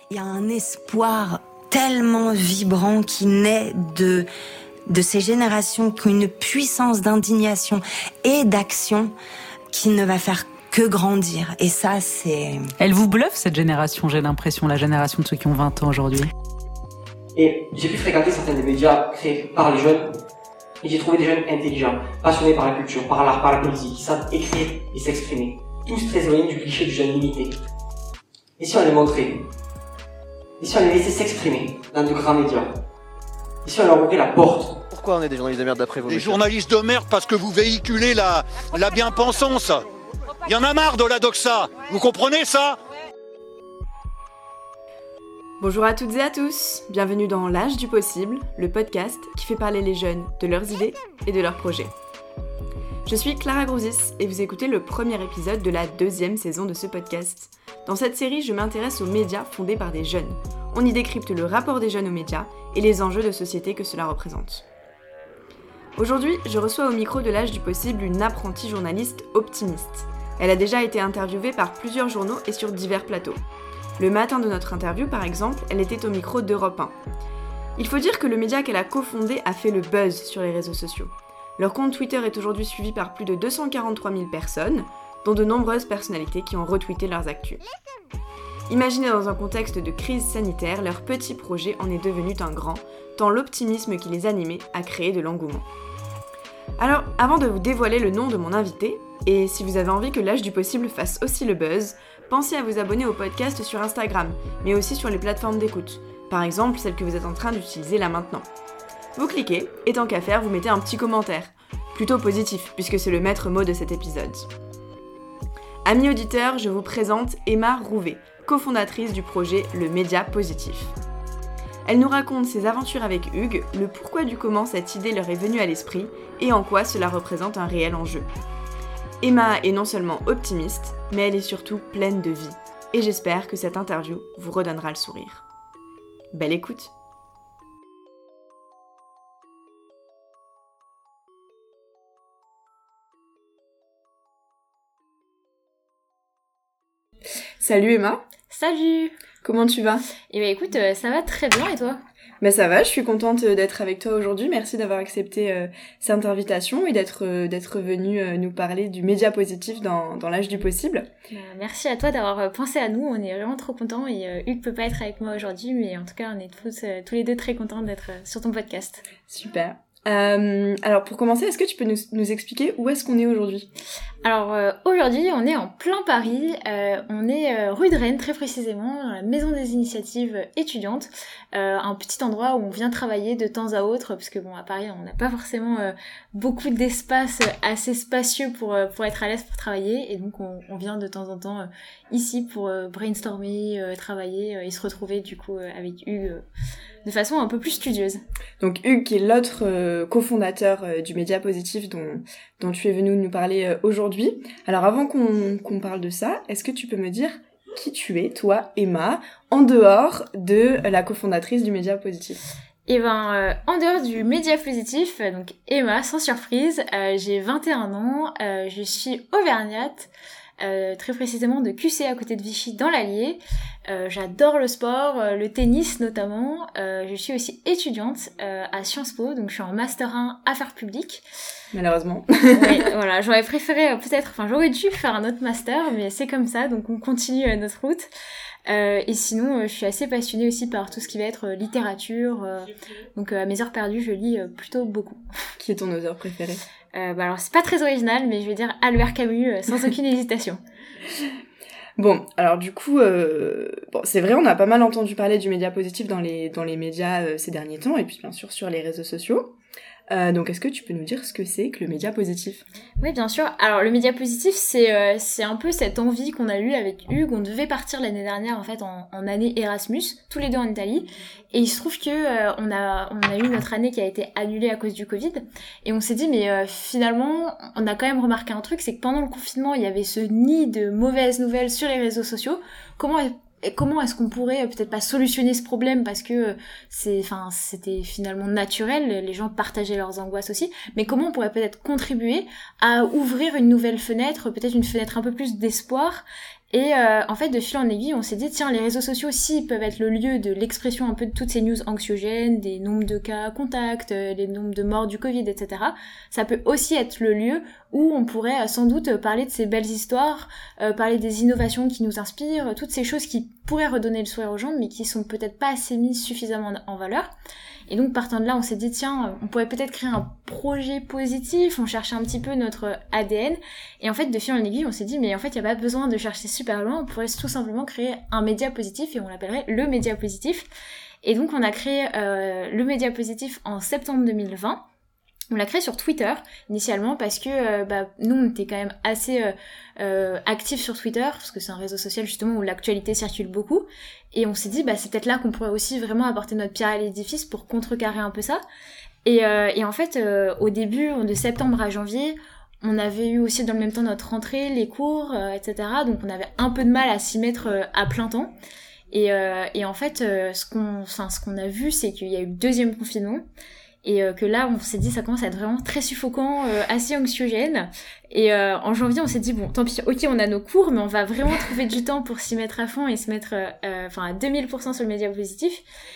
Il y a un espoir tellement vibrant qui naît de ces générations qui ont une puissance d'indignation et d'action qui ne va faire que grandir. Et ça, c'est... Elle vous bluffe, cette génération, j'ai l'impression, la génération de ceux qui ont 20 ans aujourd'hui. Et j'ai pu fréquenter certains des médias créés par les jeunes, et j'ai trouvé des jeunes intelligents, passionnés par la culture, par l'art, par la politique, qui savent écrire et s'exprimer. Tous très éloignés du cliché du jeune limité. Et si on les montrait? Et si on les laissait s'exprimer dans de grands médias? Et si on leur ouvrait la porte? Pourquoi on est des journalistes de merde d'après vous? Des journalistes de merde parce que vous véhiculez la bien-pensance. Il y en a marre de la doxa. Vous comprenez ça? Bonjour à toutes et à tous, bienvenue dans L'Âge du Possible, le podcast qui fait parler les jeunes de leurs idées et de leurs projets. Je suis Clara Grouzis et vous écoutez le premier épisode de la 2e saison de ce podcast. Dans cette série, je m'intéresse aux médias fondés par des jeunes. On y décrypte le rapport des jeunes aux médias et les enjeux de société que cela représente. Aujourd'hui, je reçois au micro de L'Âge du Possible une apprentie journaliste optimiste. Elle a déjà été interviewée par plusieurs journaux et sur divers plateaux. Le matin de notre interview, par exemple, elle était au micro d'Europe 1. Il faut dire que le média qu'elle a cofondé a fait le buzz sur les réseaux sociaux. Leur compte Twitter est aujourd'hui suivi par plus de 243 000 personnes, dont de nombreuses personnalités qui ont retweeté leurs actus. Imaginez dans un contexte de crise sanitaire, leur petit projet en est devenu un grand, tant l'optimisme qui les animait a créé de l'engouement. Alors, avant de vous dévoiler le nom de mon invité, et si vous avez envie que L'Âge du Possible fasse aussi le buzz, pensez à vous abonner au podcast sur Instagram, mais aussi sur les plateformes d'écoute, par exemple celle que vous êtes en train d'utiliser là maintenant. Vous cliquez, et tant qu'à faire, vous mettez un petit commentaire, plutôt positif, puisque c'est le maître mot de cet épisode. Amis auditeurs, je vous présente Emma Rouvet, cofondatrice du projet Le Média Positif. Elle nous raconte ses aventures avec Hugues, le pourquoi du comment cette idée leur est venue à l'esprit, et en quoi cela représente un réel enjeu. Emma est non seulement optimiste, mais elle est surtout pleine de vie, et j'espère que cette interview vous redonnera le sourire. Belle écoute! Salut Emma. Salut. Comment tu vas? Eh ben écoute, ça va très bien et toi? Ben ça va, je suis contente d'être avec toi aujourd'hui. Merci d'avoir accepté cette invitation et d'être venue nous parler du média positif dans L'Âge du Possible. Merci à toi d'avoir pensé à nous, on est vraiment trop contents et Hugues peut pas être avec moi aujourd'hui, mais en tout cas on est tous les deux très contents d'être sur ton podcast. Super. Alors pour commencer, est-ce que tu peux nous expliquer où est-ce qu'on est aujourd'hui? Alors aujourd'hui on est en plein Paris, on est rue de Rennes très précisément, dans la maison des initiatives étudiantes, un petit endroit où on vient travailler de temps à autre, parce que bon à Paris on n'a pas forcément beaucoup d'espace assez spacieux pour être à l'aise pour travailler, et donc on vient de temps en temps ici pour brainstormer, travailler et se retrouver du coup avec Hugues de façon un peu plus studieuse. Donc Hugues qui est l'autre cofondateur du Média Positif dont tu es venu nous parler aujourd'hui. Alors avant qu'on parle de ça, est-ce que tu peux me dire qui tu es, toi, Emma, en dehors de la cofondatrice du Média Positif? Et en dehors du Média Positif, donc Emma, sans surprise, j'ai 21 ans, je suis auvergnate, très précisément de QC à côté de Vichy dans l'Allier. J'adore le sport, le tennis notamment. Je suis aussi étudiante à Sciences Po, donc je suis en Master 1 Affaires publiques. Malheureusement. Oui, voilà, j'aurais préféré j'aurais dû faire un autre master, mais c'est comme ça, donc on continue notre route. Et sinon, je suis assez passionnée aussi par tout ce qui va être littérature. Donc à mes heures perdues, je lis plutôt beaucoup. Qui est ton auteur préféré? Alors c'est pas très original, mais je vais dire Albert Camus sans aucune hésitation. Bon, alors du coup, c'est vrai, on a pas mal entendu parler du média positif dans les médias ces derniers temps, et puis bien sûr sur les réseaux sociaux. Donc est-ce que tu peux nous dire ce que c'est que le média positif? Oui, bien sûr. Alors le média positif, c'est un peu cette envie qu'on a eue avec Hugues. On devait partir l'année dernière en fait en année Erasmus, tous les deux en Italie, et il se trouve que on a eu notre année qui a été annulée à cause du Covid, et on s'est dit mais finalement on a quand même remarqué un truc, c'est que pendant le confinement il y avait ce nid de mauvaises nouvelles sur les réseaux sociaux. Comment est-ce qu'on pourrait peut-être pas solutionner ce problème, parce que c'était finalement naturel, les gens partageaient leurs angoisses aussi, mais comment on pourrait peut-être contribuer à ouvrir une nouvelle fenêtre, peut-être une fenêtre un peu plus d'espoir, Et en fait, de fil en aiguille, on s'est dit, tiens, les réseaux sociaux, s'ils peuvent être le lieu de l'expression un peu de toutes ces news anxiogènes, des nombres de cas contacts, les nombres de morts du Covid, etc., ça peut aussi être le lieu où on pourrait sans doute parler de ces belles histoires, parler des innovations qui nous inspirent, toutes ces choses qui pourraient redonner le sourire aux gens, mais qui sont peut-être pas assez mises suffisamment en valeur. Et donc, partant de là, on s'est dit, tiens, on pourrait peut-être créer un projet positif, on cherchait un petit peu notre ADN, et en fait, de fil en aiguille, on s'est dit, mais en fait, il n'y a pas besoin de chercher super loin, on pourrait tout simplement créer un média positif, et on l'appellerait le média positif. Et donc, on a créé le média positif en septembre 2020, on l'a créé sur Twitter, initialement, parce que nous, on était quand même assez actifs sur Twitter, parce que c'est un réseau social, justement, où l'actualité circule beaucoup. Et on s'est dit, c'est peut-être là qu'on pourrait aussi vraiment apporter notre pierre à l'édifice pour contrecarrer un peu ça. Et en fait, au début, de septembre à janvier, on avait eu aussi dans le même temps notre rentrée, les cours, etc. Donc on avait un peu de mal à s'y mettre à plein temps. Et en fait, ce qu'on a vu, c'est qu'il y a eu le deuxième confinement. Et que là, on s'est dit, ça commence à être vraiment très suffocant, assez anxiogène. Et en janvier, on s'est dit, bon, tant pis, ok, on a nos cours, mais on va vraiment trouver du temps pour s'y mettre à fond et se mettre à 2000% sur le média positif.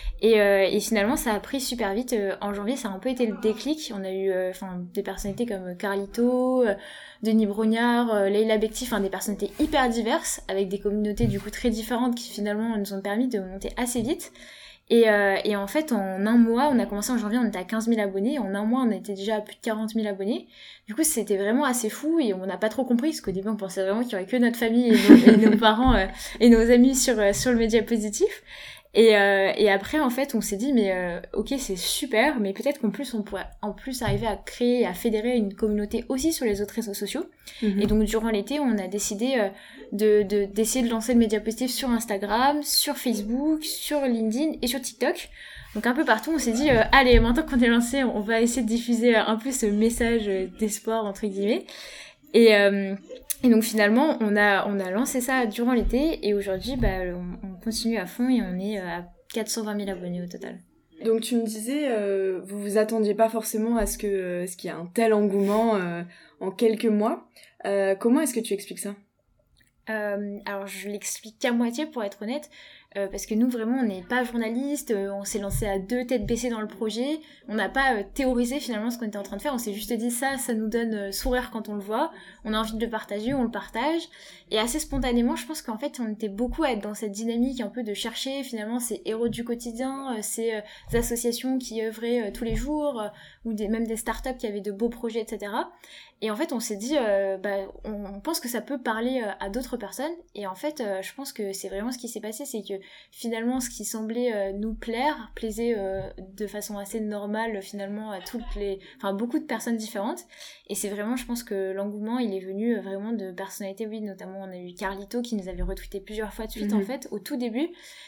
Et finalement, ça a pris super vite. En janvier, ça a un peu été le déclic. On a eu des personnalités comme Carlito, Denis Brognard, Leila Bekti, des personnalités hyper diverses, avec des communautés du coup très différentes qui finalement nous ont permis de monter assez vite. Et en fait, en un mois, on a commencé en janvier, on était à 15 000 abonnés. En un mois, on était déjà à plus de 40 000 abonnés. Du coup, c'était vraiment assez fou et on n'a pas trop compris, parce qu'au début, on pensait vraiment qu'il y aurait que notre famille et nos parents et nos amis sur le média positif. Et après, en fait, on s'est dit, mais ok, c'est super, mais peut-être qu'en plus, on pourrait en plus arriver à créer et à fédérer une communauté aussi sur les autres réseaux sociaux. Et donc, durant l'été, on a décidé d'essayer de lancer le média positif sur Instagram, sur Facebook, sur LinkedIn et sur TikTok. Donc, un peu partout, on s'est dit, allez, maintenant qu'on est lancé, on va essayer de diffuser un peu ce message d'espoir, entre guillemets. Et donc finalement, on a lancé ça durant l'été et aujourd'hui, on continue à fond et on est à 420 000 abonnés au total. Donc tu me disais, vous vous attendiez pas forcément à ce qu'il y ait un tel engouement en quelques mois. Comment est-ce que tu expliques ça ? Alors je l'explique qu'à moitié pour être honnête, parce que nous vraiment on n'est pas journaliste, on s'est lancé à 2 têtes baissées dans le projet, on n'a pas théorisé finalement ce qu'on était en train de faire, on s'est juste dit ça nous donne sourire quand on le voit, on a envie de le partager, on le partage, et assez spontanément je pense qu'en fait on était beaucoup à être dans cette dynamique un peu de chercher finalement ces héros du quotidien, ces associations qui œuvraient tous les jours, ou même des startups qui avaient de beaux projets, etc. Et en fait, on s'est dit, on pense que ça peut parler à d'autres personnes. Et en fait, je pense que c'est vraiment ce qui s'est passé, c'est que finalement, ce qui semblait nous plaire, plaisait de façon assez normale finalement à beaucoup de personnes différentes. Et c'est vraiment, je pense que l'engouement, il est venu vraiment de personnalités, oui, notamment on a eu Carlito qui nous avait retweeté plusieurs fois de suite en fait, au tout début.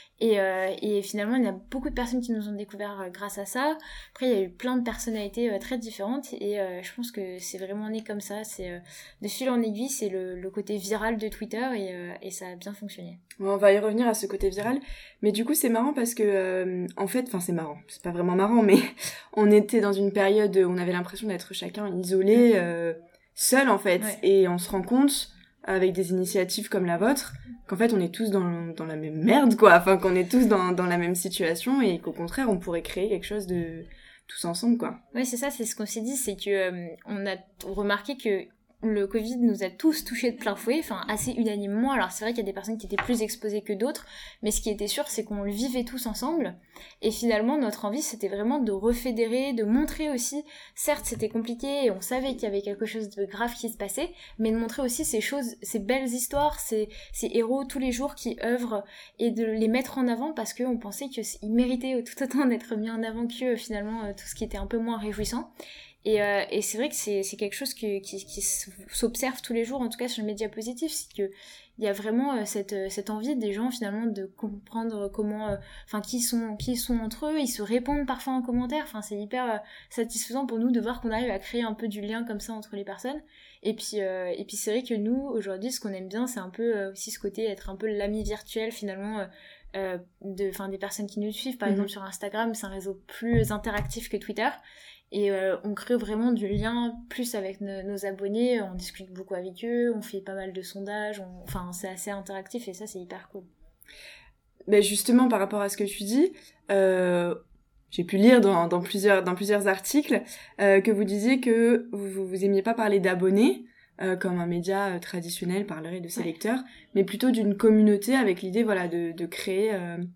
Et finalement, il y a beaucoup de personnes qui nous ont découvert grâce à ça. Après, il y a eu plein de personnalités très différentes et je pense que c'est vraiment né comme ça. C'est de fil en aiguille, c'est le côté viral de Twitter et ça a bien fonctionné. On va y revenir à ce côté viral, mais du coup c'est marrant parce que en fait, c'est marrant, c'est pas vraiment marrant, mais on était dans une période où on avait l'impression d'être chacun isolé, seul en fait, et on se rend compte avec des initiatives comme la vôtre qu'en fait on est tous dans la même merde quoi, qu'on est tous dans la même situation et qu'au contraire on pourrait créer quelque chose de tous ensemble quoi. Ouais, c'est ça, c'est ce qu'on s'est dit, c'est que on a remarqué que le Covid nous a tous touchés de plein fouet, assez unanimement. Alors c'est vrai qu'il y a des personnes qui étaient plus exposées que d'autres, mais ce qui était sûr c'est qu'on le vivait tous ensemble. Et finalement notre envie c'était vraiment de refédérer, de montrer aussi, certes c'était compliqué et on savait qu'il y avait quelque chose de grave qui se passait, mais de montrer aussi ces choses, ces belles histoires, ces héros tous les jours qui œuvrent et de les mettre en avant parce qu'on pensait qu'ils méritaient tout autant d'être mis en avant que finalement tout ce qui était un peu moins réjouissant. Et c'est vrai que c'est quelque chose qui s'observe tous les jours, en tout cas sur le média positif, c'est que il y a vraiment cette envie des gens finalement de comprendre comment, qui sont entre eux, ils se répondent parfois en commentaire, c'est hyper satisfaisant pour nous de voir qu'on arrive à créer un peu du lien comme ça entre les personnes. Et puis c'est vrai que nous aujourd'hui ce qu'on aime bien c'est un peu aussi ce côté être un peu l'ami virtuel finalement des personnes qui nous suivent par exemple sur Instagram, c'est un réseau plus interactif que Twitter. Et on crée vraiment du lien plus avec nos abonnés, on discute beaucoup avec eux, on fait pas mal de sondages, enfin c'est assez interactif et ça c'est hyper cool. Ben justement par rapport à ce que tu dis, j'ai pu lire dans plusieurs articles que vous disiez que vous aimiez pas parler d'abonnés comme un média traditionnel parlerait de ses lecteurs, mais plutôt d'une communauté avec l'idée voilà de créer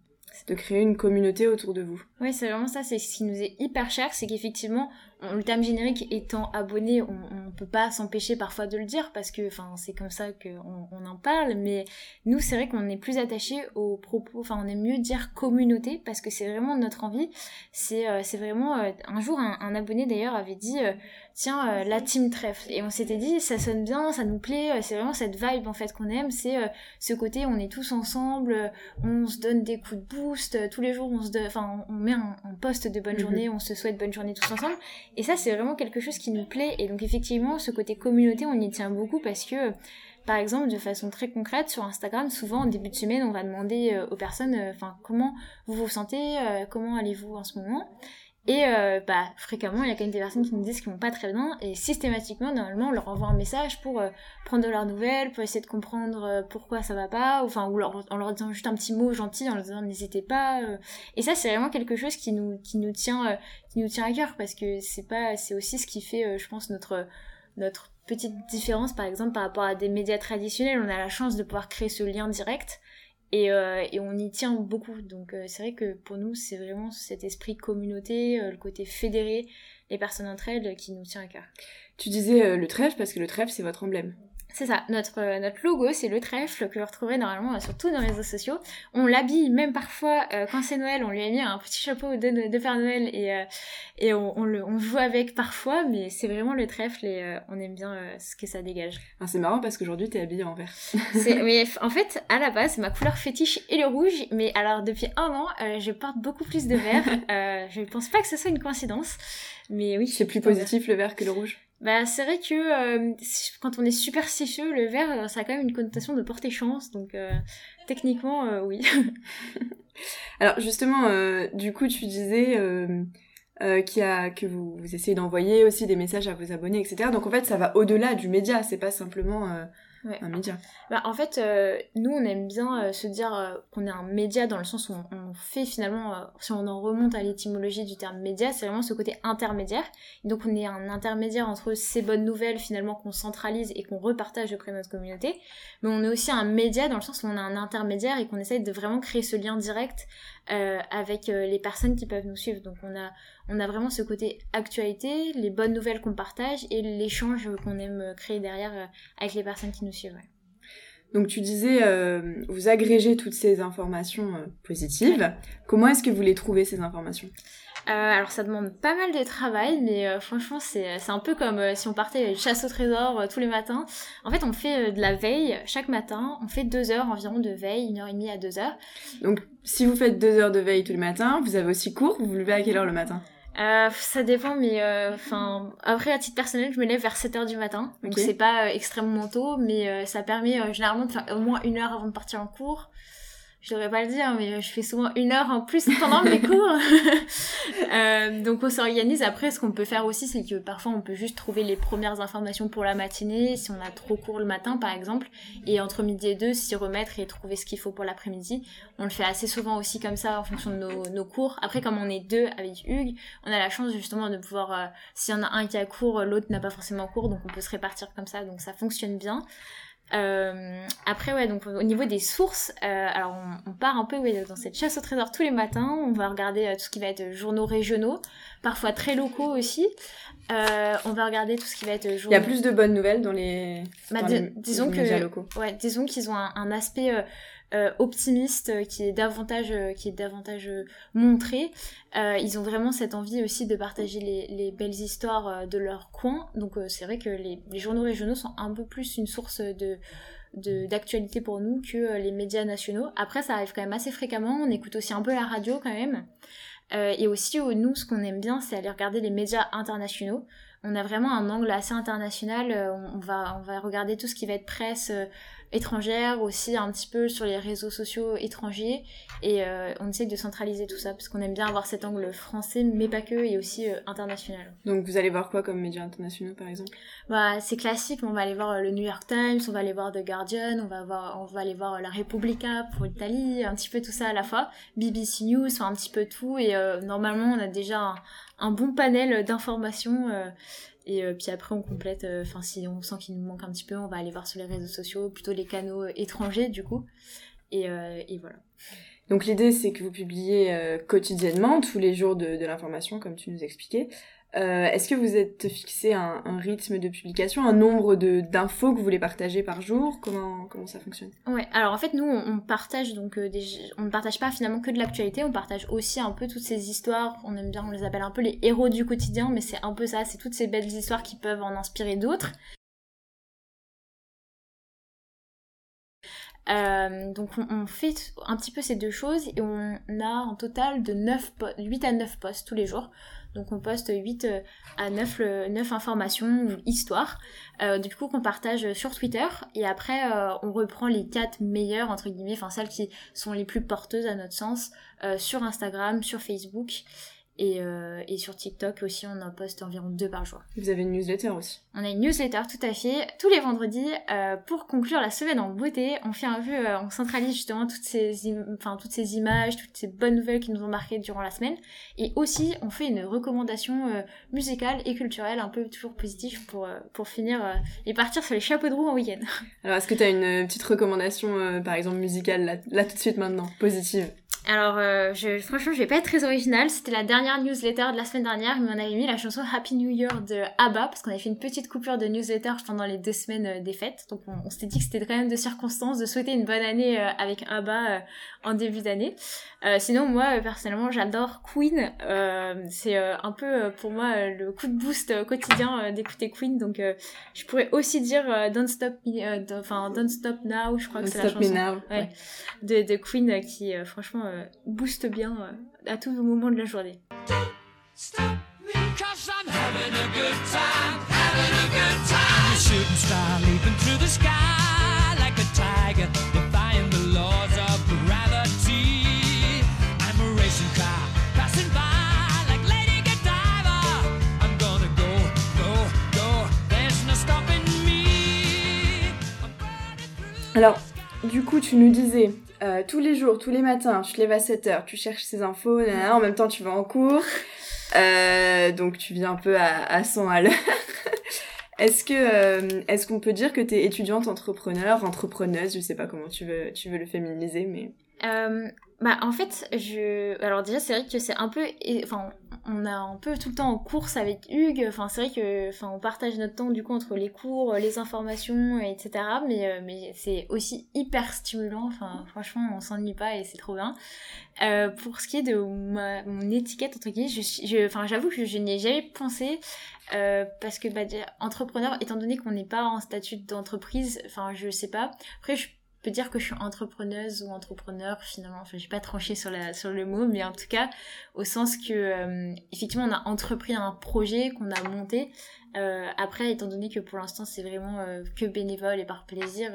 une communauté autour de vous. Oui, c'est vraiment ça, c'est ce qui nous est hyper cher, c'est qu'effectivement, le terme générique étant abonné, on peut pas s'empêcher parfois de le dire parce que c'est comme ça qu'on en parle, mais nous c'est vrai qu'on est plus attachés aux propos, on aime mieux dire communauté parce que c'est vraiment notre envie. C'est vraiment un jour un abonné d'ailleurs avait dit tiens la team trèfle, et on s'était dit ça sonne bien, ça nous plaît, c'est vraiment cette vibe en fait qu'on aime, c'est ce côté on est tous ensemble, on se donne des coups de boost tous les jours, on met un post de bonne journée, on se souhaite bonne journée tous ensemble. Et ça, c'est vraiment quelque chose qui nous plaît. Et donc, effectivement, ce côté communauté, on y tient beaucoup parce que, par exemple, de façon très concrète, sur Instagram, souvent, en début de semaine, on va demander aux personnes, comment vous vous sentez, comment allez-vous en ce moment. Et fréquemment, il y a quand même des personnes qui nous disent qu'ils vont pas très bien, et systématiquement, normalement, on leur envoie un message pour prendre de leurs nouvelles, pour essayer de comprendre pourquoi ça va pas, ou en leur disant juste un petit mot gentil, en leur disant n'hésitez pas. Et ça, c'est vraiment quelque chose qui nous tient à cœur, parce que c'est aussi ce qui fait, je pense, notre petite différence, par exemple, par rapport à des médias traditionnels. On a la chance de pouvoir créer ce lien direct. Et on y tient beaucoup, donc c'est vrai que pour nous c'est vraiment cet esprit communauté, le côté fédéré, les personnes entre elles qui nous tient à cœur. Tu disais le trèfle parce que le trèfle c'est votre emblème. C'est ça, notre logo c'est le trèfle que vous retrouverez normalement sur tous nos réseaux sociaux. On l'habille même parfois quand c'est Noël, on lui a mis un petit chapeau de Père Noël et on joue avec parfois, mais c'est vraiment le trèfle et on aime bien ce que ça dégage. Alors c'est marrant parce qu'aujourd'hui t'es habillée en vert. Mais en fait à la base ma couleur fétiche est le rouge, mais alors depuis 1 an je porte beaucoup plus de vert. Je pense pas que ce soit une coïncidence, mais oui. C'est plus positif le vert que le rouge. Bah c'est vrai que quand on est superstitieux, le vert ça a quand même une connotation de porter chance, donc techniquement oui. Alors justement du coup tu disais que vous essayez d'envoyer aussi des messages à vos abonnés, etc. Donc en fait ça va au-delà du média, c'est pas simplement un média. Bah en fait nous on aime bien se dire qu'on est un média dans le sens où on fait finalement, si on en remonte à l'étymologie du terme média, c'est vraiment ce côté intermédiaire. Et donc on est un intermédiaire entre ces bonnes nouvelles finalement qu'on centralise et qu'on repartage auprès de notre communauté, mais on est aussi un média dans le sens où on a un intermédiaire et qu'on essaye de vraiment créer ce lien direct avec les personnes qui peuvent nous suivre. Donc on a vraiment ce côté actualité, les bonnes nouvelles qu'on partage et l'échange qu'on aime créer derrière avec les personnes qui nous suivent. Ouais. Donc tu disais, vous agrégez toutes ces informations positives. Ouais. Comment est-ce que vous les trouvez, ces informations ? Alors ça demande pas mal de travail, mais franchement c'est un peu comme si on partait chasse au trésor tous les matins. En fait on fait de la veille chaque matin, on fait 2 heures environ de veille, 1h30 à 2 heures. Donc si vous faites 2 heures de veille tous les matins, vous avez aussi cours, vous vous levez à quelle heure le matin ? Ça dépend, mais après à titre personnel je me lève vers 7h du matin, donc c'est pas extrêmement tôt, mais ça permet généralement de faire au moins 1 heure avant de partir en cours. Je devrais pas le dire, mais je fais souvent 1 heure en plus pendant mes cours. Donc on s'organise. Après, ce qu'on peut faire aussi, c'est que parfois on peut juste trouver les premières informations pour la matinée, si on a trop cours le matin par exemple, et entre midi et 2 s'y remettre et trouver ce qu'il faut pour l'après-midi. On le fait assez souvent aussi comme ça en fonction de nos cours. Après, comme on est 2 avec Hugues, on a la chance justement de pouvoir, s'il y en a un qui a cours, l'autre n'a pas forcément cours, donc on peut se répartir comme ça, donc ça fonctionne bien. Après ouais, donc au niveau des sources, alors on part un peu dans cette chasse au trésor tous les matins. On va regarder tout ce qui va être journaux régionaux, parfois très locaux aussi. On va regarder tout ce qui va être journaux. Il y a plus de bonnes nouvelles dans les disons les médias locaux. Ouais, disons qu'ils ont un aspect optimiste qui est davantage montré. Ils ont vraiment cette envie aussi de partager les belles histoires de leur coin. Donc c'est vrai que les journaux régionaux sont un peu plus une source d'actualité pour nous que les médias nationaux. Après ça arrive quand même assez fréquemment, on écoute aussi un peu la radio quand même. Et aussi nous ce qu'on aime bien c'est aller regarder les médias internationaux. On a vraiment un angle assez international, on va regarder tout ce qui va être presse étrangères, aussi un petit peu sur les réseaux sociaux étrangers, et on essaie de centraliser tout ça parce qu'on aime bien avoir cet angle français mais pas que, et aussi international. Donc vous allez voir quoi comme médias internationaux par exemple? Bah c'est classique, on va aller voir le New York Times, on va aller voir The Guardian, on va aller voir la Repubblica pour l'Italie, un petit peu tout ça à la fois, BBC News, enfin un petit peu tout, et normalement on a déjà un bon panel d'informations, et puis après on complète, enfin si on sent qu'il nous manque un petit peu, on va aller voir sur les réseaux sociaux, plutôt les canaux étrangers du coup, et voilà. Donc l'idée c'est que vous publiez quotidiennement, tous les jours de l'information comme tu nous expliquais. Est-ce que vous êtes fixé un rythme de publication, un nombre d'infos que vous voulez partager par jour? Comment ça fonctionne? Ouais, alors en fait nous on partage donc on ne partage pas finalement que de l'actualité, on partage aussi un peu toutes ces histoires, on aime bien, on les appelle un peu les héros du quotidien, mais c'est un peu ça, c'est toutes ces belles histoires qui peuvent en inspirer d'autres. Donc on fait un petit peu ces deux choses, et on a un total de 8 à 9 posts tous les jours. Donc on poste 8 à 9 informations ou histoires, du coup qu'on partage sur Twitter, et après on reprend les 4 meilleures entre guillemets, enfin celles qui sont les plus porteuses à notre sens, sur Instagram, sur Facebook, et sur TikTok aussi, on en poste environ 2 par jour. Vous avez une newsletter aussi? On a une newsletter, tout à fait, tous les vendredis, pour conclure la semaine en beauté. On fait un peu, on centralise justement toutes ces images, toutes ces bonnes nouvelles qui nous ont marquées durant la semaine, et aussi on fait une recommandation musicale et culturelle, un peu toujours positive pour finir et partir sur les chapeaux de roue en week-end. Alors est-ce que t'as une petite recommandation, par exemple musicale, là tout de suite maintenant, positive? Alors, franchement, je vais pas être très originale. C'était la dernière newsletter de la semaine dernière, mais on avait mis la chanson Happy New Year de ABBA, parce qu'on avait fait une petite coupure de newsletter pendant les 2 semaines des fêtes. Donc, on s'était dit que c'était quand même de circonstance de souhaiter une bonne année avec ABBA en début d'année. Sinon, moi, personnellement, j'adore Queen. C'est un peu, pour moi, le coup de boost quotidien d'écouter Queen. Donc, je pourrais aussi dire Don't Stop Now, je crois que c'est la chanson. Don't Stop Me Now. Ouais. De Queen, qui, franchement, booste bien à tout moment de la journée. Alors, du coup, tu nous disais, tous les jours, tous les matins, tu te lèves à 7h, tu cherches ces infos, en même temps tu vas en cours, donc tu viens un peu à 100 à l'heure. Est-ce qu'on peut dire que t'es étudiante entrepreneuse, je sais pas comment tu veux le féminiser, mais... En fait, alors déjà c'est vrai que c'est un peu, enfin on a un peu tout le temps en course avec Hugues, enfin c'est vrai que, enfin on partage notre temps du coup entre les cours, les informations, etc. Mais c'est aussi hyper stimulant, enfin franchement on s'ennuie pas et c'est trop bien. Pour ce qui est de mon étiquette entre guillemets, j'avoue que je n'y ai jamais pensé. Parce que entrepreneur, étant donné qu'on n'est pas en statut d'entreprise, enfin je sais pas. Après je peux dire que je suis entrepreneuse ou entrepreneur finalement, enfin j'ai pas tranché sur le mot, mais en tout cas au sens que effectivement on a entrepris un projet qu'on a monté. Après étant donné que pour l'instant c'est vraiment que bénévole et par plaisir,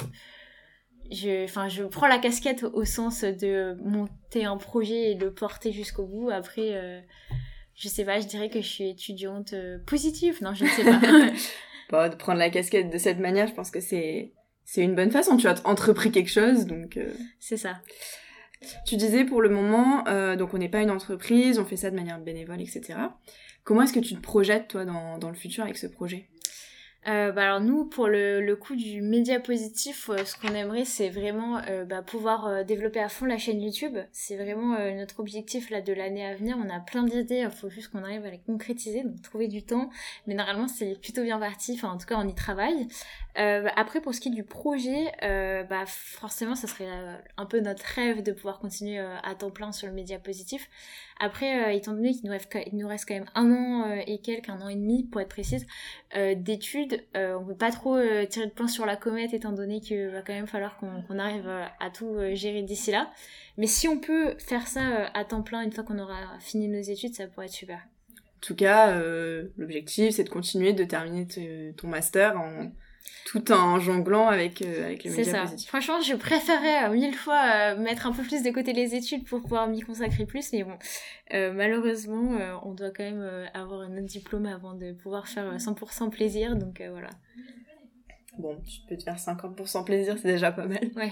je prends la casquette au sens de monter un projet et le porter jusqu'au bout. Après je sais pas, je dirais que je suis étudiante positive. Non, je ne sais pas. Bon, de prendre la casquette de cette manière, je pense que c'est une bonne façon. Tu as entrepris quelque chose, donc... C'est ça. Tu disais pour le moment, donc on n'est pas une entreprise, on fait ça de manière bénévole, etc. Comment est-ce que tu te projettes, toi, dans le futur avec ce projet ? Alors nous, pour le coup du média positif, ce qu'on aimerait, c'est vraiment pouvoir développer à fond la chaîne YouTube. C'est vraiment notre objectif là de l'année à venir. On a plein d'idées, il faut juste qu'on arrive à les concrétiser, donc trouver du temps. Mais normalement, c'est plutôt bien parti. Enfin, en tout cas, on y travaille. Après, pour ce qui est du projet, forcément, ça serait un peu notre rêve de pouvoir continuer à temps plein sur le média positif. Après, étant donné qu'il nous reste quand même 1 an et quelques, 1 an et demi pour être précise, d'études, on peut pas trop tirer de plan sur la comète étant donné qu'il va quand même falloir qu'on arrive à tout gérer d'ici là. Mais si on peut faire ça à temps plein une fois qu'on aura fini nos études, ça pourrait être super. En tout cas, l'objectif c'est de continuer de terminer ton master Tout en jonglant avec les C'est médias ça. positifs. Franchement, je préférais 1000 fois mettre un peu plus de côté les études pour pouvoir m'y consacrer plus, mais bon, malheureusement, on doit quand même avoir un autre diplôme avant de pouvoir faire 100% plaisir, donc voilà. Bon, tu peux te faire 50% plaisir, c'est déjà pas mal. Ouais.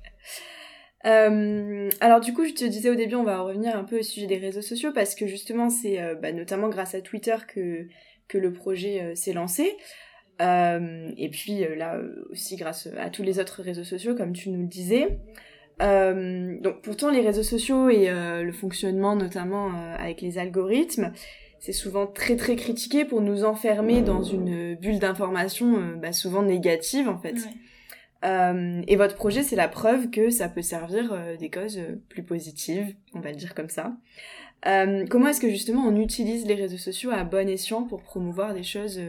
Alors du coup, je te disais au début, on va revenir un peu au sujet des réseaux sociaux, parce que justement, c'est notamment grâce à Twitter que le projet s'est lancé. Et puis là aussi grâce à tous les autres réseaux sociaux comme tu nous le disais. Donc pourtant les réseaux sociaux et le fonctionnement notamment avec les algorithmes, c'est souvent très très critiqué pour nous enfermer dans une bulle d'information souvent négative en fait. Ouais. Et votre projet, c'est la preuve que ça peut servir des causes plus positives, on va le dire comme ça. Comment est-ce que justement on utilise les réseaux sociaux à bon escient pour promouvoir des choses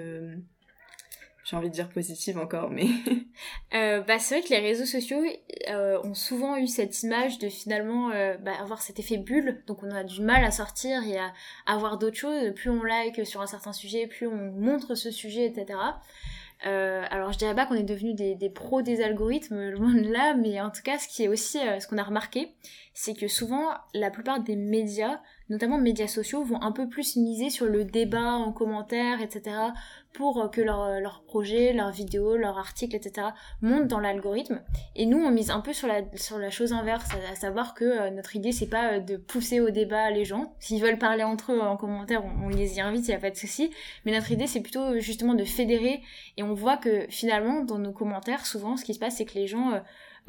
j'ai envie de dire positive encore, mais... c'est vrai que les réseaux sociaux ont souvent eu cette image de finalement avoir cet effet bulle, donc on a du mal à sortir et à avoir d'autres choses. Plus on like sur un certain sujet, plus on montre ce sujet, etc. Alors je dirais pas qu'on est devenus des pros des algorithmes, loin de là, mais en tout cas ce qui est aussi ce qu'on a remarqué, c'est que souvent la plupart des médias, notamment médias sociaux, vont un peu plus miser sur le débat en commentaire, etc., pour que leur projet, leurs vidéos, leurs articles, etc. montent dans l'algorithme. Et nous, on mise un peu sur la chose inverse, à savoir que notre idée, c'est pas de pousser au débat les gens. S'ils veulent parler entre eux en commentaire, on les y invite, il n'y a pas de souci. Mais notre idée, c'est plutôt justement de fédérer. Et on voit que finalement, dans nos commentaires, souvent, ce qui se passe, c'est que les gens...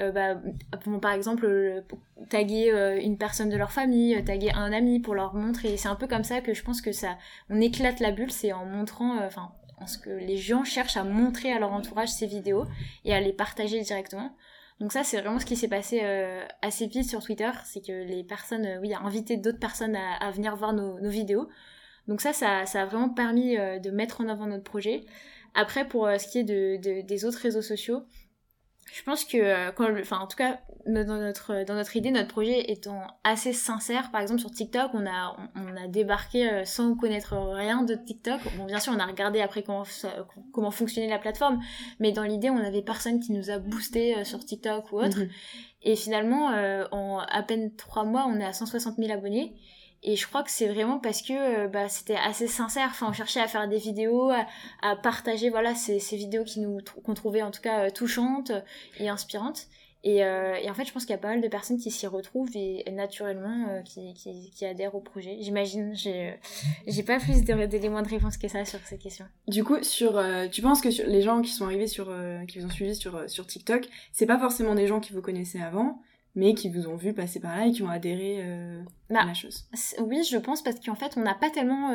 vont par exemple taguer une personne de leur famille, taguer un ami pour leur montrer. Et c'est un peu comme ça que je pense que on éclate la bulle, c'est en montrant, en ce que les gens cherchent à montrer à leur entourage ces vidéos et à les partager directement. Donc ça, c'est vraiment ce qui s'est passé assez vite sur Twitter, c'est que les personnes, a invité d'autres personnes à venir voir nos vidéos. Donc ça a vraiment permis de mettre en avant notre projet. Après, pour ce qui est des autres réseaux sociaux, je pense que en tout cas dans notre idée, notre projet étant assez sincère, par exemple sur TikTok, on a débarqué sans connaître rien de TikTok. Bon, bien sûr, on a regardé après comment fonctionnait la plateforme, mais dans l'idée, on avait personne qui nous a boosté sur TikTok ou autre. Et finalement, en à peine 3 mois, on est à 160 000 abonnés. Et je crois que c'est vraiment parce que c'était assez sincère. Enfin, on cherchait à faire des vidéos, à partager ces vidéos qu'on trouvait en tout cas touchantes et inspirantes. Et en fait, je pense qu'il y a pas mal de personnes qui s'y retrouvent et naturellement qui adhèrent au projet. J'imagine, j'ai pas plus d'éléments de réponse que ça sur ces questions. Du coup, tu penses que les gens qui sont arrivés qui vous ont suivi sur TikTok, c'est pas forcément des gens qui vous connaissaient avant, mais qui vous ont vu passer par là et qui ont adhéré à la chose. Oui, je pense, parce qu'en fait, on n'a pas tellement...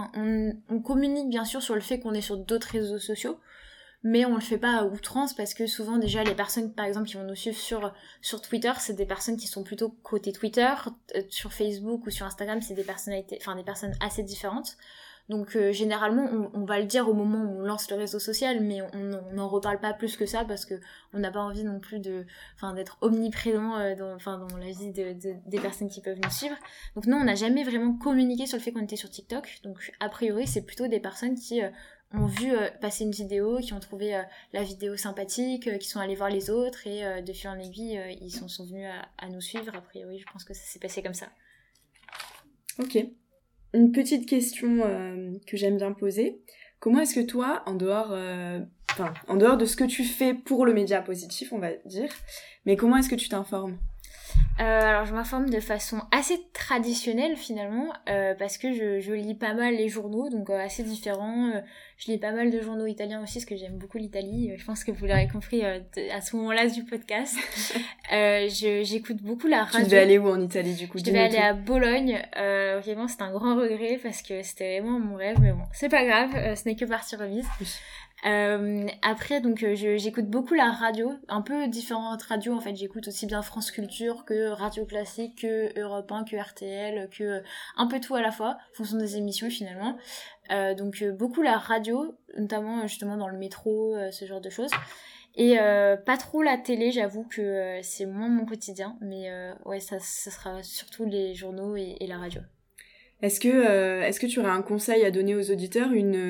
on communique bien sûr sur le fait qu'on est sur d'autres réseaux sociaux, mais on le fait pas à outrance, parce que souvent, déjà, les personnes, par exemple, qui vont nous suivre sur Twitter, c'est des personnes qui sont plutôt côté Twitter. Sur Facebook ou sur Instagram, c'est des personnes assez différentes. Donc généralement on va le dire au moment où on lance le réseau social, mais on n'en reparle pas plus que ça, parce que on n'a pas envie non plus d'être omniprésent dans la vie des personnes qui peuvent nous suivre. Donc non, on n'a jamais vraiment communiqué sur le fait qu'on était sur TikTok. Donc a priori c'est plutôt des personnes qui ont vu passer une vidéo, qui ont trouvé la vidéo sympathique, qui sont allés voir les autres, et de fil en aiguille ils sont venus à nous suivre. A priori je pense que ça s'est passé comme ça. Ok. Une petite question que j'aime bien poser. Comment est-ce que toi, en dehors de ce que tu fais pour le média positif, on va dire, mais comment est-ce que tu t'informes ? Alors je m'informe de façon assez traditionnelle finalement, parce que je lis pas mal les journaux, donc assez différents. Je lis pas mal de journaux italiens aussi, parce que j'aime beaucoup l'Italie. Je pense que vous l'aurez compris à ce moment-là du podcast. J'écoute beaucoup la radio. Tu devais aller où en Italie du coup ? Je devais aller à Bologne. Vraiment c'est un grand regret, parce que c'était vraiment mon rêve, mais bon, c'est pas grave, ce n'est que partie remise. Après donc j'écoute beaucoup la radio, un peu différentes radios en fait. J'écoute aussi bien France Culture que Radio Classique, que Europe 1, que RTL, que un peu tout à la fois, en fonction des émissions finalement. Donc beaucoup la radio, notamment justement dans le métro, ce genre de choses. Et pas trop la télé, j'avoue que c'est moins mon quotidien, mais ouais, ça sera surtout les journaux et la radio. Est-ce que tu aurais un conseil à donner aux auditeurs, une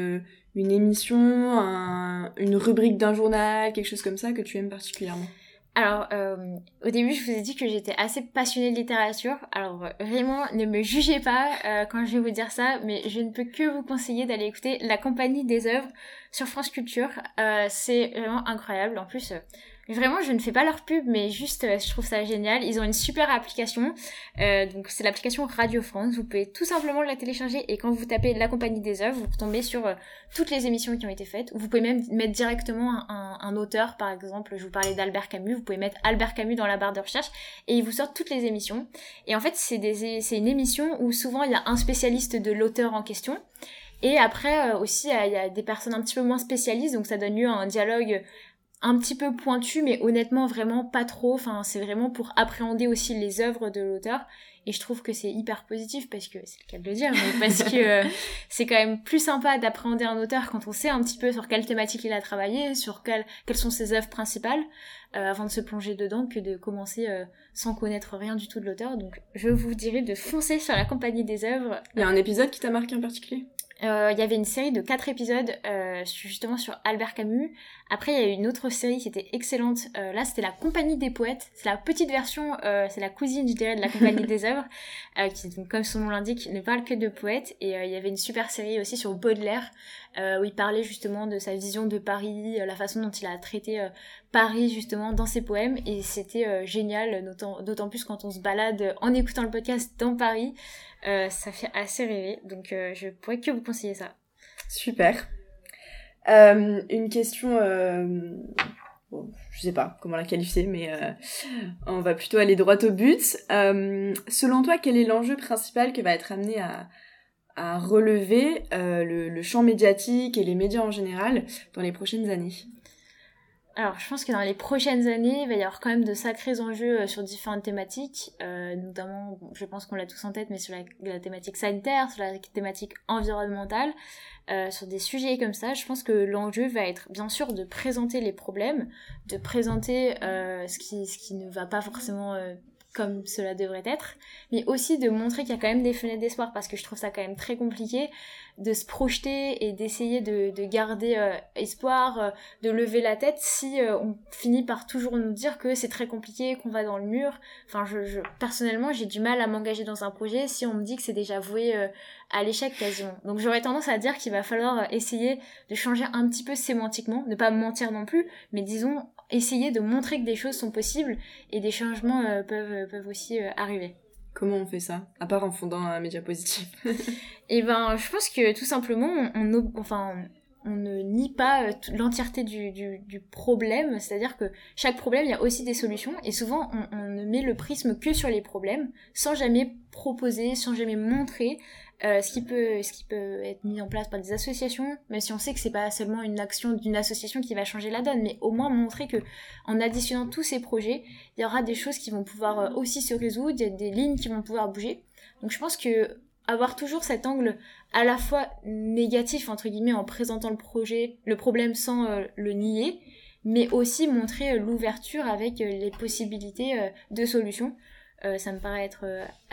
une émission, une rubrique d'un journal, quelque chose comme ça que tu aimes particulièrement? Alors, au début, je vous ai dit que j'étais assez passionnée de littérature. Alors, vraiment, ne me jugez pas quand je vais vous dire ça, mais je ne peux que vous conseiller d'aller écouter La Compagnie des œuvres sur France Culture. C'est vraiment incroyable. En plus, vraiment, je ne fais pas leur pub, mais juste, je trouve ça génial. Ils ont une super application. Donc, c'est l'application Radio France. Vous pouvez tout simplement la télécharger et quand vous tapez La Compagnie des œuvres, vous tombez sur toutes les émissions qui ont été faites. Vous pouvez même mettre directement un auteur, par exemple. Je vous parlais d'Albert Camus. Vous pouvez mettre Albert Camus dans la barre de recherche et il vous sort toutes les émissions. Et en fait, c'est une émission où souvent il y a un spécialiste de l'auteur en question. Et après, aussi, il y a des personnes un petit peu moins spécialistes. Donc, ça donne lieu à un dialogue un petit peu pointu, mais honnêtement vraiment pas trop. Enfin, c'est vraiment pour appréhender aussi les œuvres de l'auteur. Et je trouve que c'est hyper positif parce que, c'est le cas de le dire, mais parce que c'est quand même plus sympa d'appréhender un auteur quand on sait un petit peu sur quelle thématique il a travaillé, sur quelles sont ses œuvres principales, avant de se plonger dedans, que de commencer sans connaître rien du tout de l'auteur. Donc, je vous dirais de foncer sur La Compagnie des œuvres. Il y a un épisode qui t'a marqué en particulier? Il y avait une série de 4 épisodes justement sur Albert Camus. Après, il y a eu une autre série qui était excellente. Là, c'était La Compagnie des poètes. C'est la petite version, c'est la cousine, je dirais, de La Compagnie des œuvres, qui, comme son nom l'indique, ne parle que de poètes. Et il y avait une super série aussi sur Baudelaire, où il parlait justement de sa vision de Paris, la façon dont il a traité Paris justement dans ses poèmes. Et c'était génial, d'autant plus quand on se balade en écoutant le podcast dans Paris. Ça fait assez rêver, donc je pourrais que vous conseiller ça. Super. Une question, bon, je sais pas comment la qualifier, mais on va plutôt aller droit au but. Selon toi, quel est l'enjeu principal que va être amené à relever le champ médiatique et les médias en général dans les prochaines années? Alors, je pense que dans les prochaines années, il va y avoir quand même de sacrés enjeux sur différentes thématiques, notamment, bon, je pense qu'on l'a tous en tête, mais sur la thématique sanitaire, sur la thématique environnementale, sur des sujets comme ça. Je pense que l'enjeu va être, bien sûr, de présenter les problèmes, de présenter ce qui ne va pas forcément comme cela devrait être, mais aussi de montrer qu'il y a quand même des fenêtres d'espoir, parce que je trouve ça quand même très compliqué de se projeter et d'essayer de garder espoir, de lever la tête si on finit par toujours nous dire que c'est très compliqué, qu'on va dans le mur. Enfin, personnellement, j'ai du mal à m'engager dans un projet si on me dit que c'est déjà voué à l'échec quasiment. Donc j'aurais tendance à dire qu'il va falloir essayer de changer un petit peu sémantiquement, ne pas mentir non plus, mais disons essayer de montrer que des choses sont possibles et des changements peuvent aussi arriver. Comment on fait ça, à part en fondant un média positif? Et ben, je pense que tout simplement, on ne nie pas l'entièreté du problème, c'est-à-dire que chaque problème, il y a aussi des solutions, et souvent, on ne met le prisme que sur les problèmes, sans jamais proposer, sans jamais montrer ce qui peut être mis en place par des associations, même si on sait que c'est pas seulement une action d'une association qui va changer la donne, mais au moins montrer que en additionnant tous ces projets, il y aura des choses qui vont pouvoir aussi se résoudre, il y a des lignes qui vont pouvoir bouger. Donc je pense que avoir toujours cet angle à la fois négatif entre guillemets en présentant le problème sans le nier, mais aussi montrer l'ouverture avec les possibilités de solutions, ça me paraît être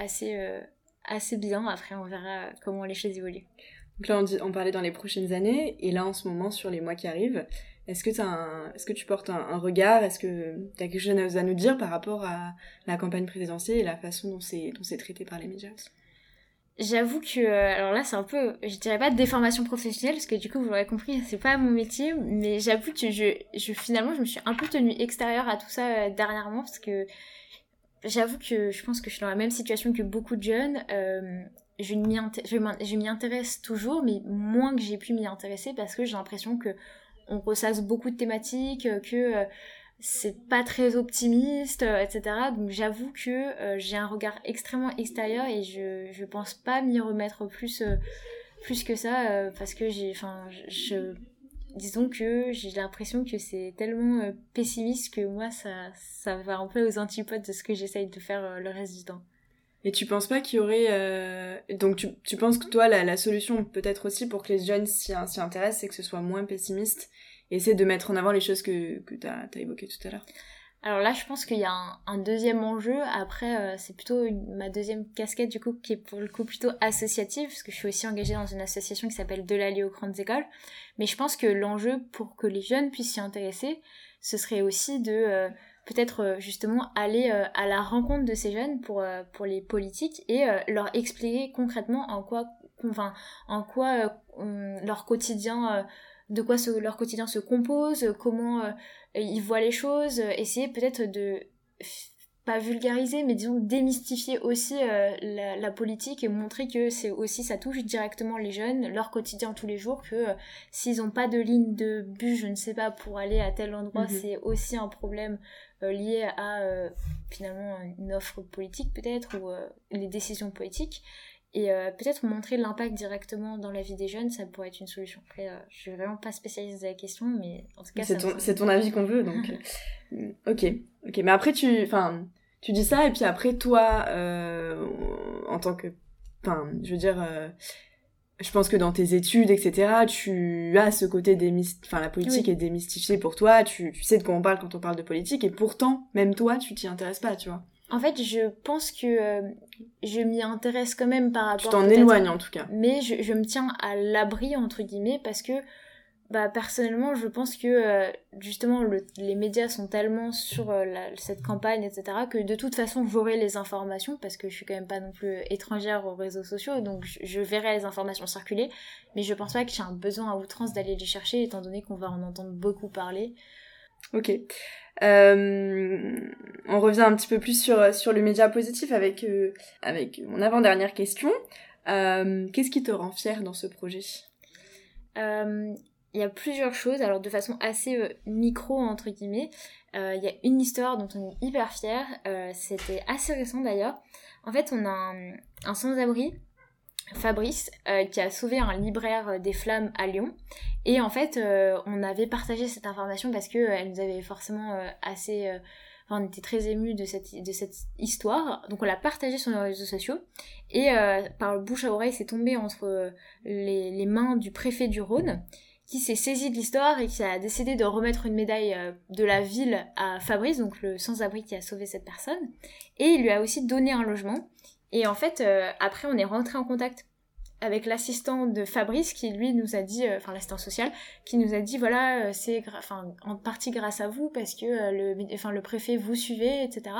assez bien. Après on verra comment les choses évoluent. Donc là on parlait dans les prochaines années, et là en ce moment sur les mois qui arrivent, est-ce que tu portes un regard, est-ce que tu as quelque chose à nous dire par rapport à la campagne présidentielle et la façon dont c'est traité par les médias? J'avoue que, alors là c'est un peu, je dirais pas de déformation professionnelle, parce que du coup vous l'aurez compris, c'est pas mon métier, mais j'avoue que finalement je me suis un peu tenue extérieure à tout ça dernièrement, parce que j'avoue que je pense que je suis dans la même situation que beaucoup de jeunes. Je m'y intéresse toujours, mais moins que j'ai pu m'y intéresser, parce que j'ai l'impression que on ressasse beaucoup de thématiques, que c'est pas très optimiste, etc. Donc j'avoue que j'ai un regard extrêmement extérieur, et je pense pas m'y remettre plus que ça, parce que disons que j'ai l'impression que c'est tellement pessimiste que moi ça va un peu aux antipodes de ce que j'essaye de faire le reste du temps. Et tu penses pas qu'il y aurait... Donc tu penses que toi la solution peut-être aussi pour que les jeunes s'y intéressent, c'est que ce soit moins pessimiste et essayer de mettre en avant les choses que t'as évoquées tout à l'heure? Alors là, je pense qu'il y a un deuxième enjeu. Après, c'est plutôt ma deuxième casquette, du coup, qui est pour le coup plutôt associative, parce que je suis aussi engagée dans une association qui s'appelle De l'Allier aux grandes écoles. Mais je pense que l'enjeu pour que les jeunes puissent s'y intéresser, ce serait aussi de peut-être justement aller à la rencontre de ces jeunes pour les politiques et leur expliquer concrètement en quoi leur quotidien... de quoi leur quotidien se compose, comment ils voient les choses, essayer peut-être de, pas vulgariser, mais disons démystifier aussi la politique et montrer que c'est aussi, ça touche directement les jeunes, leur quotidien tous les jours, que s'ils n'ont pas de ligne de bus, je ne sais pas, pour aller à tel endroit, c'est aussi un problème lié à finalement une offre politique peut-être, ou les décisions politiques. Et peut-être montrer l'impact directement dans la vie des jeunes, ça pourrait être une solution. Après, je suis vraiment pas spécialiste de la question, mais en tout cas... C'est ton avis qu'on veut, donc... Ok. Mais après, tu dis ça, et puis après, toi, en tant que... Enfin, je veux dire... je pense que dans tes études, etc., tu as ce côté la politique est démystifiée pour toi, tu sais de quoi on parle quand on parle de politique, et pourtant, même toi, tu t'y intéresses pas, tu vois. En fait, je pense que je m'y intéresse quand même par rapport... Tu t'en éloignes, en tout cas. Mais je me tiens à l'abri, entre guillemets, parce que, personnellement, je pense que, justement, les médias sont tellement sur cette campagne, etc., que de toute façon, j'aurai les informations, parce que je suis quand même pas non plus étrangère aux réseaux sociaux, donc je verrai les informations circuler, mais je pense pas que j'ai un besoin à outrance d'aller les chercher, étant donné qu'on va en entendre beaucoup parler. Ok. On revient un petit peu plus sur le média positif avec mon avant-dernière question. Qu'est-ce qui te rend fière dans ce projet ? Il y a plusieurs choses, alors de façon assez micro entre guillemets. Il y a une histoire dont on est hyper fiers, c'était assez récent d'ailleurs. En fait, on a un sans-abri, Fabrice, qui a sauvé un libraire des flammes à Lyon. Et en fait, on avait partagé cette information parce que elle nous avait forcément on était très émus de cette histoire. Donc on l'a partagée sur nos réseaux sociaux. Et par le bouche à oreille, c'est tombé entre les mains du préfet du Rhône, qui s'est saisi de l'histoire et qui a décidé de remettre une médaille de la ville à Fabrice, donc le sans-abri qui a sauvé cette personne. Et il lui a aussi donné un logement. Et en fait, après, on est rentré en contact avec l'assistant de Fabrice qui, lui, nous a dit, l'assistant social, qui nous a dit, voilà, c'est en partie grâce à vous, parce que le préfet vous suivait, etc.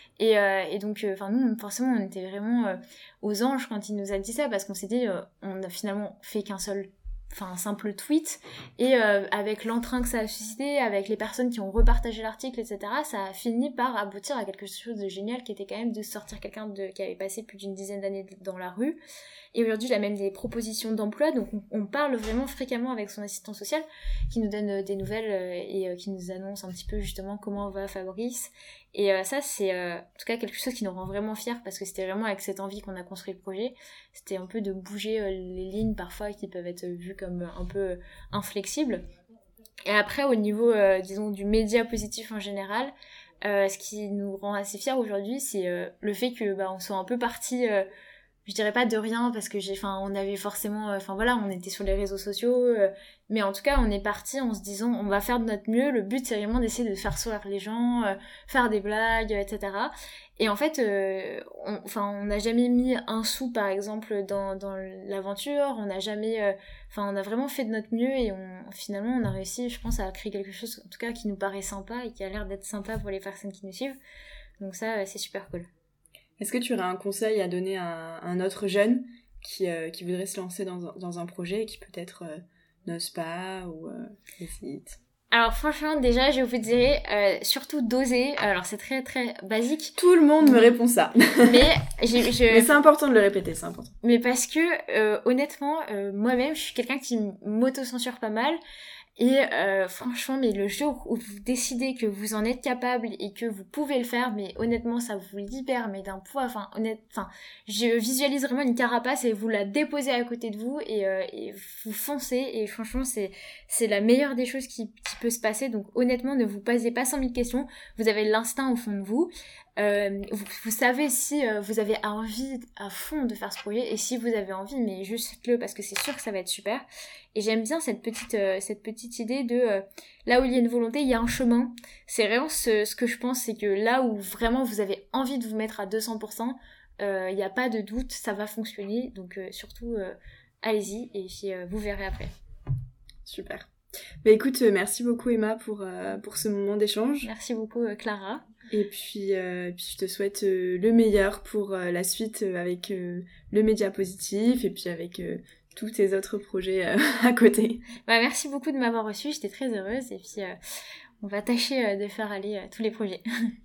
Et donc, nous, forcément, on était vraiment aux anges quand il nous a dit ça, parce qu'on s'est dit, on a finalement fait qu'un simple tweet, et avec l'entrain que ça a suscité, avec les personnes qui ont repartagé l'article, etc., ça a fini par aboutir à quelque chose de génial, qui était quand même de sortir quelqu'un qui avait passé plus d'10 d'années dans la rue. Et aujourd'hui, il a même des propositions d'emploi, donc on parle vraiment fréquemment avec son assistant social, qui nous donne des nouvelles et qui nous annonce un petit peu justement comment va Fabrice. Et ça, c'est en tout cas quelque chose qui nous rend vraiment fiers, parce que c'était vraiment avec cette envie qu'on a construit le projet. C'était un peu de bouger les lignes parfois qui peuvent être vues comme un peu inflexibles. Et après, au niveau, disons, du média positif en général, ce qui nous rend assez fiers aujourd'hui, c'est le fait que on soit un peu parti... je dirais pas de rien, parce que on avait forcément, on était sur les réseaux sociaux, mais en tout cas, on est parti en se disant, on va faire de notre mieux, le but c'est vraiment d'essayer de faire sourire les gens, faire des blagues, etc. Et en fait, on n'a jamais mis un sou, par exemple, dans l'aventure, on n'a jamais, on a vraiment fait de notre mieux, et finalement, on a réussi, je pense, à créer quelque chose, en tout cas, qui nous paraît sympa, et qui a l'air d'être sympa pour les personnes qui nous suivent. Donc ça, c'est super cool. Est-ce que tu aurais un conseil à donner à un autre jeune qui voudrait se lancer dans un projet et qui peut-être n'ose pas ou hésite ? Alors franchement, déjà, je vous dirais surtout d'oser. Alors c'est très très basique. Tout le monde me répond ça. Mais mais c'est important de le répéter, c'est important. Mais parce que honnêtement, moi-même, je suis quelqu'un qui m'auto-censure pas mal. Et franchement, mais le jour où vous décidez que vous en êtes capable et que vous pouvez le faire, mais honnêtement, ça vous libère, mais d'un poids, je visualise vraiment une carapace et vous la déposez à côté de vous et vous foncez, et franchement, c'est la meilleure des choses qui peut se passer. Donc honnêtement, ne vous posez pas 100 000 questions, vous avez l'instinct au fond de vous. Vous savez si vous avez envie à fond de faire ce projet, et si vous avez envie, mais juste faites-le parce que c'est sûr que ça va être super. Et j'aime bien cette petite idée de là où il y a une volonté, il y a un chemin. C'est vraiment ce que je pense, c'est que là où vraiment vous avez envie de vous mettre à 200%, il n'y a pas de doute, ça va fonctionner. Donc surtout, allez-y, et puis vous verrez après. Super. Bah écoute, merci beaucoup Emma pour ce moment d'échange. Merci beaucoup Clara. Et puis je te souhaite le meilleur pour la suite avec le média positif et puis avec tous tes autres projets à côté. Bah, merci beaucoup de m'avoir reçue, j'étais très heureuse et puis on va tâcher de faire aller tous les projets.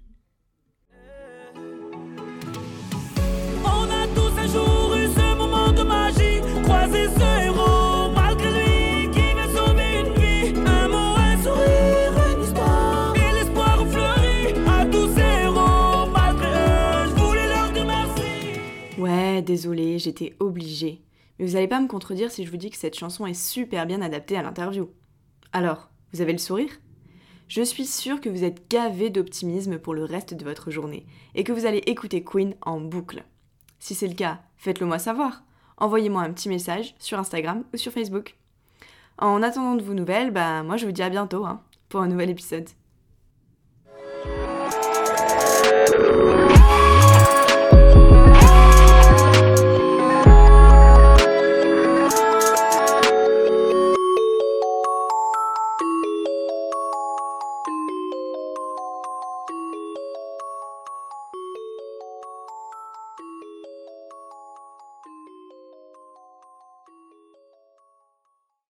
On a tous un jour eu ce moment de magie, croiser ce héros malgré lui qui veut sauver une vie, un mot, un sourire, une histoire et l'espoir fleurit à tous ces héros malgré eux, je voulais leur dire merci. Ouais, désolée, j'étais obligée. Mais vous allez pas me contredire si je vous dis que cette chanson est super bien adaptée à l'interview. Alors, vous avez le sourire ? Je suis sûre que vous êtes gavés d'optimisme pour le reste de votre journée et que vous allez écouter Queen en boucle. Si c'est le cas, faites-le moi savoir. Envoyez-moi un petit message sur Instagram ou sur Facebook. En attendant de vos nouvelles, moi je vous dis à bientôt pour un nouvel épisode.